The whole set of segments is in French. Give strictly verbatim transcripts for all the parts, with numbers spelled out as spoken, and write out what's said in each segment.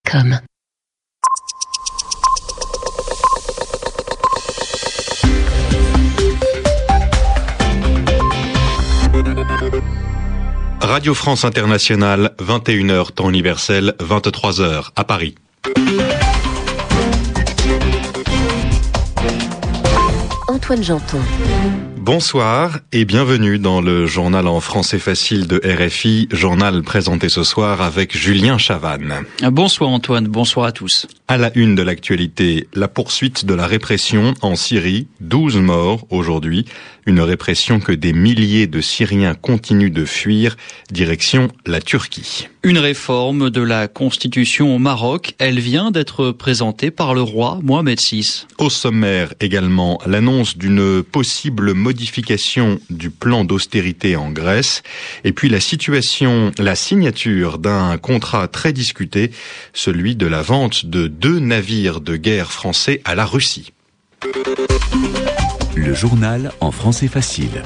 com. Radio France Internationale, vingt et une heures, temps universel, vingt-trois heures, à Paris. Antoine Janton. Bonsoir et bienvenue dans le journal en français facile de R F I, journal présenté ce soir avec Julien Chavannes. Bonsoir Antoine, bonsoir à tous. À la une de l'actualité, la poursuite de la répression en Syrie, douze morts aujourd'hui, une répression que des milliers de Syriens continuent de fuir, direction la Turquie. Une réforme de la Constitution au Maroc, elle vient d'être présentée par le roi Mohamed six. Au sommaire également, l'annonce d'une possible modification du plan d'austérité en Grèce, et puis la situation, la signature d'un contrat très discuté, celui de la vente de deux navires de guerre français à la Russie. Le journal en français facile.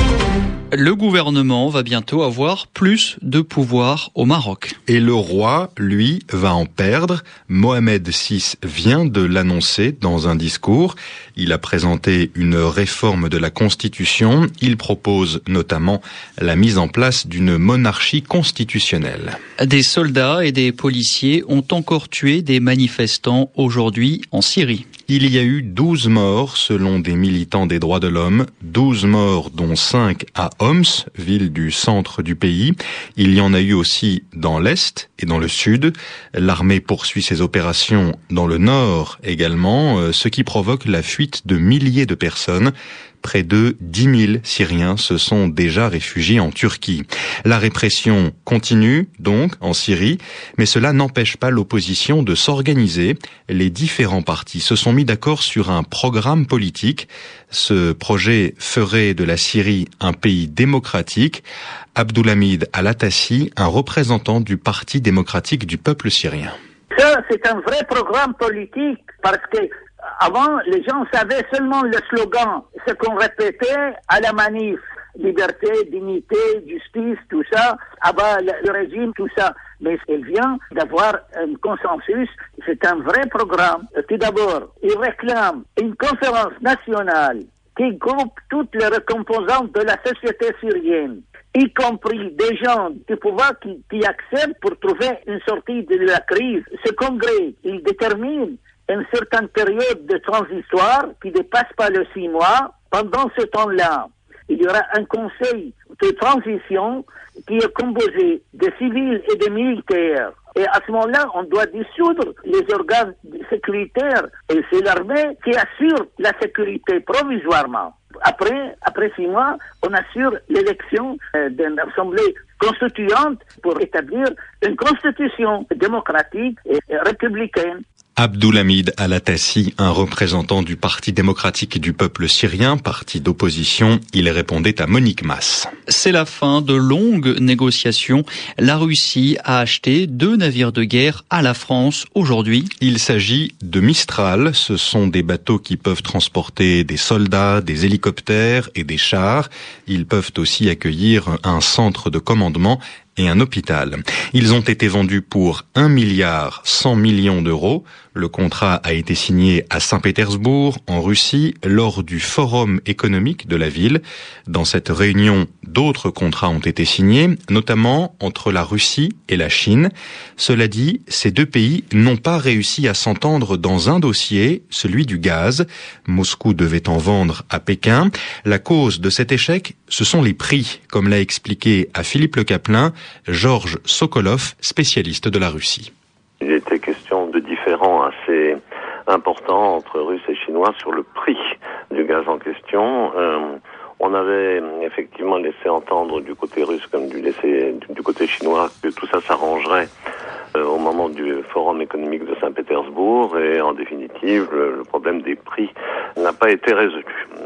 Le gouvernement va bientôt avoir plus de pouvoir au Maroc. Et le roi, lui, va en perdre. Mohamed six vient de l'annoncer dans un discours. Il a présenté une réforme de la Constitution. Il propose notamment la mise en place d'une monarchie constitutionnelle. Des soldats et des policiers ont encore tué des manifestants aujourd'hui en Syrie. Il y a eu douze morts selon des militants des droits de l'homme, douze morts dont cinq à Homs, ville du centre du pays. Il y en a eu aussi dans l'est et dans le sud. L'armée poursuit ses opérations dans le nord également, ce qui provoque la fuite de milliers de personnes. Près de dix mille Syriens se sont déjà réfugiés en Turquie. La répression continue donc en Syrie, mais cela n'empêche pas l'opposition de s'organiser. Les différents partis se sont mis d'accord sur un programme politique. Ce projet ferait de la Syrie un pays démocratique. Abdulhamid Al-Atassi, un représentant du Parti démocratique du peuple syrien. Ça, c'est un vrai programme politique parce que avant, les gens savaient seulement le slogan, ce qu'on répétait à la manif. Liberté, dignité, justice, tout ça, abat le, le régime, tout ça. Mais il vient d'avoir un consensus, c'est un vrai programme. Tout d'abord, il réclame une conférence nationale qui groupe toutes les composantes de la société syrienne, y compris des gens du pouvoir qui, qui acceptent pour trouver une sortie de la crise. Ce congrès, il détermine une certaine période de transitoire qui ne dépasse pas les six mois. Pendant ce temps-là, il y aura un conseil de transition qui est composé de civils et de militaires. Et à ce moment-là, on doit dissoudre les organes sécuritaires. Et c'est l'armée qui assure la sécurité provisoirement. Après, après six mois, on assure l'élection euh, d'une assemblée constituante pour établir une constitution démocratique et, et républicaine. Abdulhamid Al-Atassi, un représentant du Parti démocratique du peuple syrien, parti d'opposition, il répondait à Monique Mass. C'est la fin de longues négociations. La Russie a acheté deux navires de guerre à la France aujourd'hui. Il s'agit de Mistral. Ce sont des bateaux qui peuvent transporter des soldats, des hélicoptères et des chars. Ils peuvent aussi accueillir un centre de commandement et un hôpital. Ils ont été vendus pour un milliard cent millions d'euros. Le contrat a été signé à Saint-Pétersbourg, en Russie, lors du Forum économique de la ville. Dans cette réunion, d'autres contrats ont été signés, notamment entre la Russie et la Chine. Cela dit, ces deux pays n'ont pas réussi à s'entendre dans un dossier, celui du gaz. Moscou devait en vendre à Pékin. La cause de cet échec, ce sont les prix, comme l'a expliqué à Philippe Le Caplin Georges Sokolov, spécialiste de la Russie. Il était question de différends assez importants entre Russes et Chinois sur le prix du gaz en question. Euh, on avait effectivement laissé entendre du côté russe comme du, laissé, du côté chinois que tout ça s'arrangerait euh, au moment du Forum économique de Saint-Pétersbourg et en définitive le, le problème des prix n'a pas été résolu.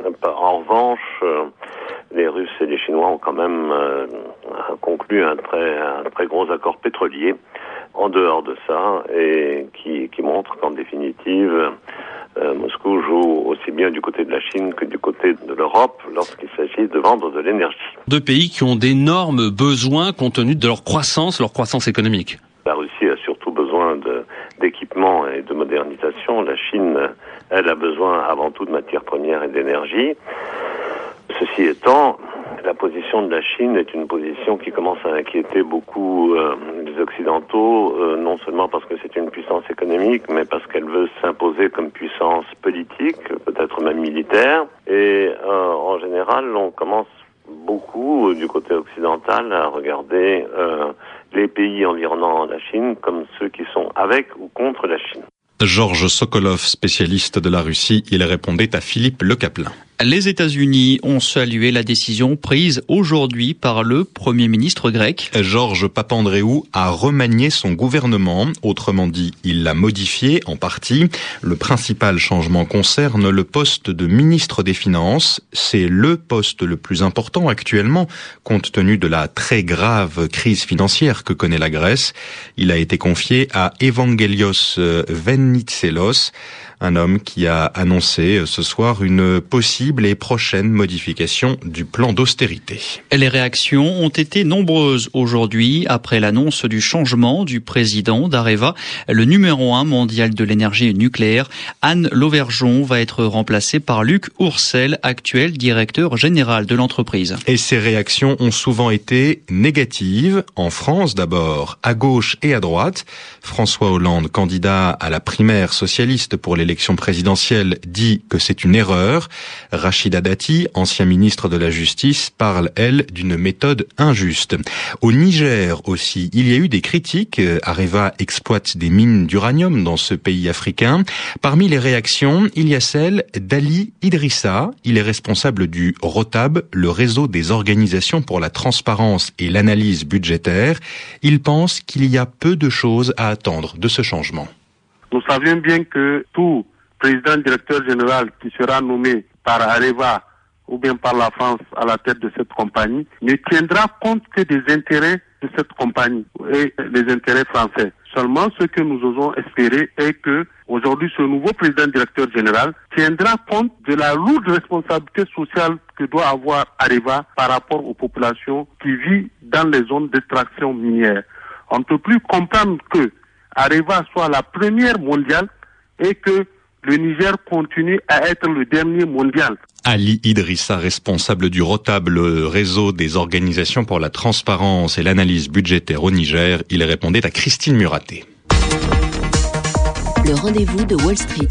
En revanche, euh, les Russes et les Chinois ont quand même euh, conclu un très, un très gros accord pétrolier en dehors de ça et qui, qui montre qu'en définitive euh, Moscou joue aussi bien du côté de la Chine que du côté de l'Europe lorsqu'il s'agit de vendre de l'énergie. Deux pays qui ont d'énormes besoins compte tenu de leur croissance, leur croissance économique. La Russie a surtout besoin de, d'équipement et de modernisation. La Chine, elle, a besoin avant tout de matières premières et d'énergie. Ceci étant, la position de la Chine est une position qui commence à inquiéter beaucoup euh, les Occidentaux, euh, non seulement parce que c'est une puissance économique, mais parce qu'elle veut s'imposer comme puissance politique, peut-être même militaire. Et euh, en général, on commence beaucoup euh, du côté occidental à regarder euh, les pays environnant la Chine comme ceux qui sont avec ou contre la Chine. Georges Sokolov, spécialiste de la Russie, il répondait à Philippe Le Caplin. Les États-Unis ont salué la décision prise aujourd'hui par le Premier ministre grec. Georges Papandréou a remanié son gouvernement. Autrement dit, il l'a modifié en partie. Le principal changement concerne le poste de ministre des Finances. C'est le poste le plus important actuellement, compte tenu de la très grave crise financière que connaît la Grèce. Il a été confié à Evangelios Venizelos, un homme qui a annoncé ce soir une possible et prochaine modification du plan d'austérité. Les réactions ont été nombreuses aujourd'hui après l'annonce du changement du président d'Areva, le numéro un mondial de l'énergie nucléaire. Anne Lauvergeon va être remplacée par Luc Oursel, actuel directeur général de l'entreprise. Et ces réactions ont souvent été négatives. En France d'abord, à gauche et à droite. François Hollande, candidat à la primaire socialiste pour l'élection présidentielle, dit que c'est une erreur. Rachida Dati, ancien ministre de la Justice, parle, elle, d'une méthode injuste. Au Niger aussi, il y a eu des critiques. Areva exploite des mines d'uranium dans ce pays africain. Parmi les réactions, il y a celle d'Ali Idrissa. Il est responsable du ROTAB, le réseau des organisations pour la transparence et l'analyse budgétaire. Il pense qu'il y a peu de choses à attendre de ce changement. Nous savions bien que tout président directeur général qui sera nommé par Areva ou bien par la France à la tête de cette compagnie ne tiendra compte que des intérêts de cette compagnie et les intérêts français. Seulement, ce que nous osons espérer est que aujourd'hui ce nouveau président directeur général tiendra compte de la lourde responsabilité sociale que doit avoir Areva par rapport aux populations qui vivent dans les zones d'extraction minière. On ne peut plus comprendre que Areva soit la première mondiale et que le Niger continue à être le dernier mondial. Ali Idrissa, responsable du ROTAB, le réseau des organisations pour la transparence et l'analyse budgétaire au Niger, il répondait à Christine Muraté. Le rendez-vous de Wall Street.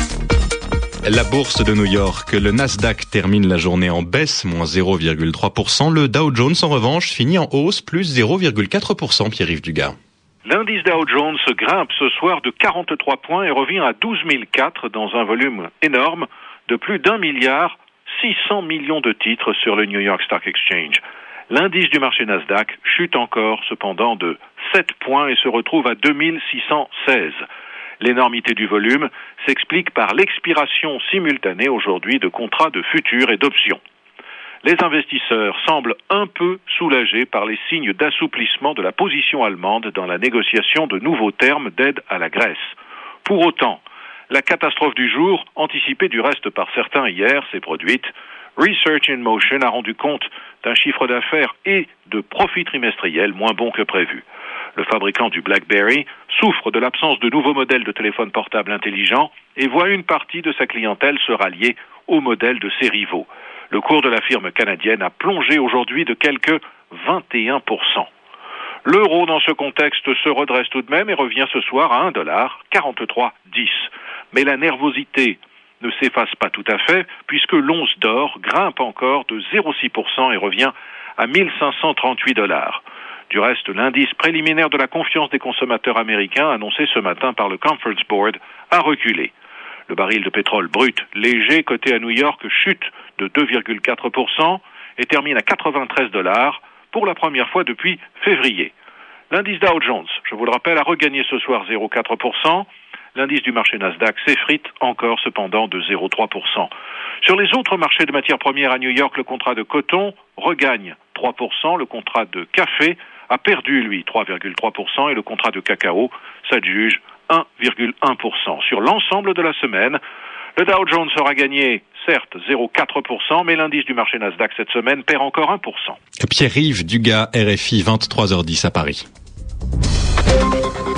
La bourse de New York, le Nasdaq termine la journée en baisse, moins zéro virgule trois pour cent. Le Dow Jones, en revanche, finit en hausse, plus zéro virgule quatre pour cent, Pierre-Yves Dugas. L'indice Dow Jones grimpe ce soir de quarante-trois points et revient à douze mille quatre dans un volume énorme de plus d'un milliard six cents millions de titres sur le New York Stock Exchange. L'indice du marché Nasdaq chute encore cependant de sept points et se retrouve à deux mille six cent seize. L'énormité du volume s'explique par l'expiration simultanée aujourd'hui de contrats de futurs et d'options. Les investisseurs semblent un peu soulagés par les signes d'assouplissement de la position allemande dans la négociation de nouveaux termes d'aide à la Grèce. Pour autant, la catastrophe du jour, anticipée du reste par certains hier, s'est produite. Research in Motion a rendu compte d'un chiffre d'affaires et de profit trimestriel moins bon que prévu. Le fabricant du BlackBerry souffre de l'absence de nouveaux modèles de téléphones portables intelligents et voit une partie de sa clientèle se rallier aux modèles de ses rivaux. Le cours de la firme canadienne a plongé aujourd'hui de quelque vingt et un pour cent. L'euro, dans ce contexte, se redresse tout de même et revient ce soir à un dollar quarante-trois dix. Mais la nervosité ne s'efface pas tout à fait, puisque l'once d'or grimpe encore de zéro virgule six pour cent et revient à mille cinq cent trente-huit dollars. Du reste, l'indice préliminaire de la confiance des consommateurs américains, annoncé ce matin par le Conference Board, a reculé. Le baril de pétrole brut léger coté à New York chute de deux virgule quatre pour cent et termine à quatre-vingt-treize dollars pour la première fois depuis février. L'indice Dow Jones, je vous le rappelle, a regagné ce soir zéro virgule quatre pour cent. L'indice du marché Nasdaq s'effrite encore cependant de zéro virgule trois pour cent. Sur les autres marchés de matières premières à New York, le contrat de coton regagne trois pour cent, le contrat de café a perdu, lui, trois virgule trois pour cent et le contrat de cacao s'adjuge un virgule un pour cent. Sur l'ensemble de la semaine, le Dow Jones aura gagné, certes, zéro virgule quatre pour cent, mais l'indice du marché Nasdaq cette semaine perd encore un pour cent. Pierre-Yves Dugas, R F I, vingt-trois heures dix à Paris.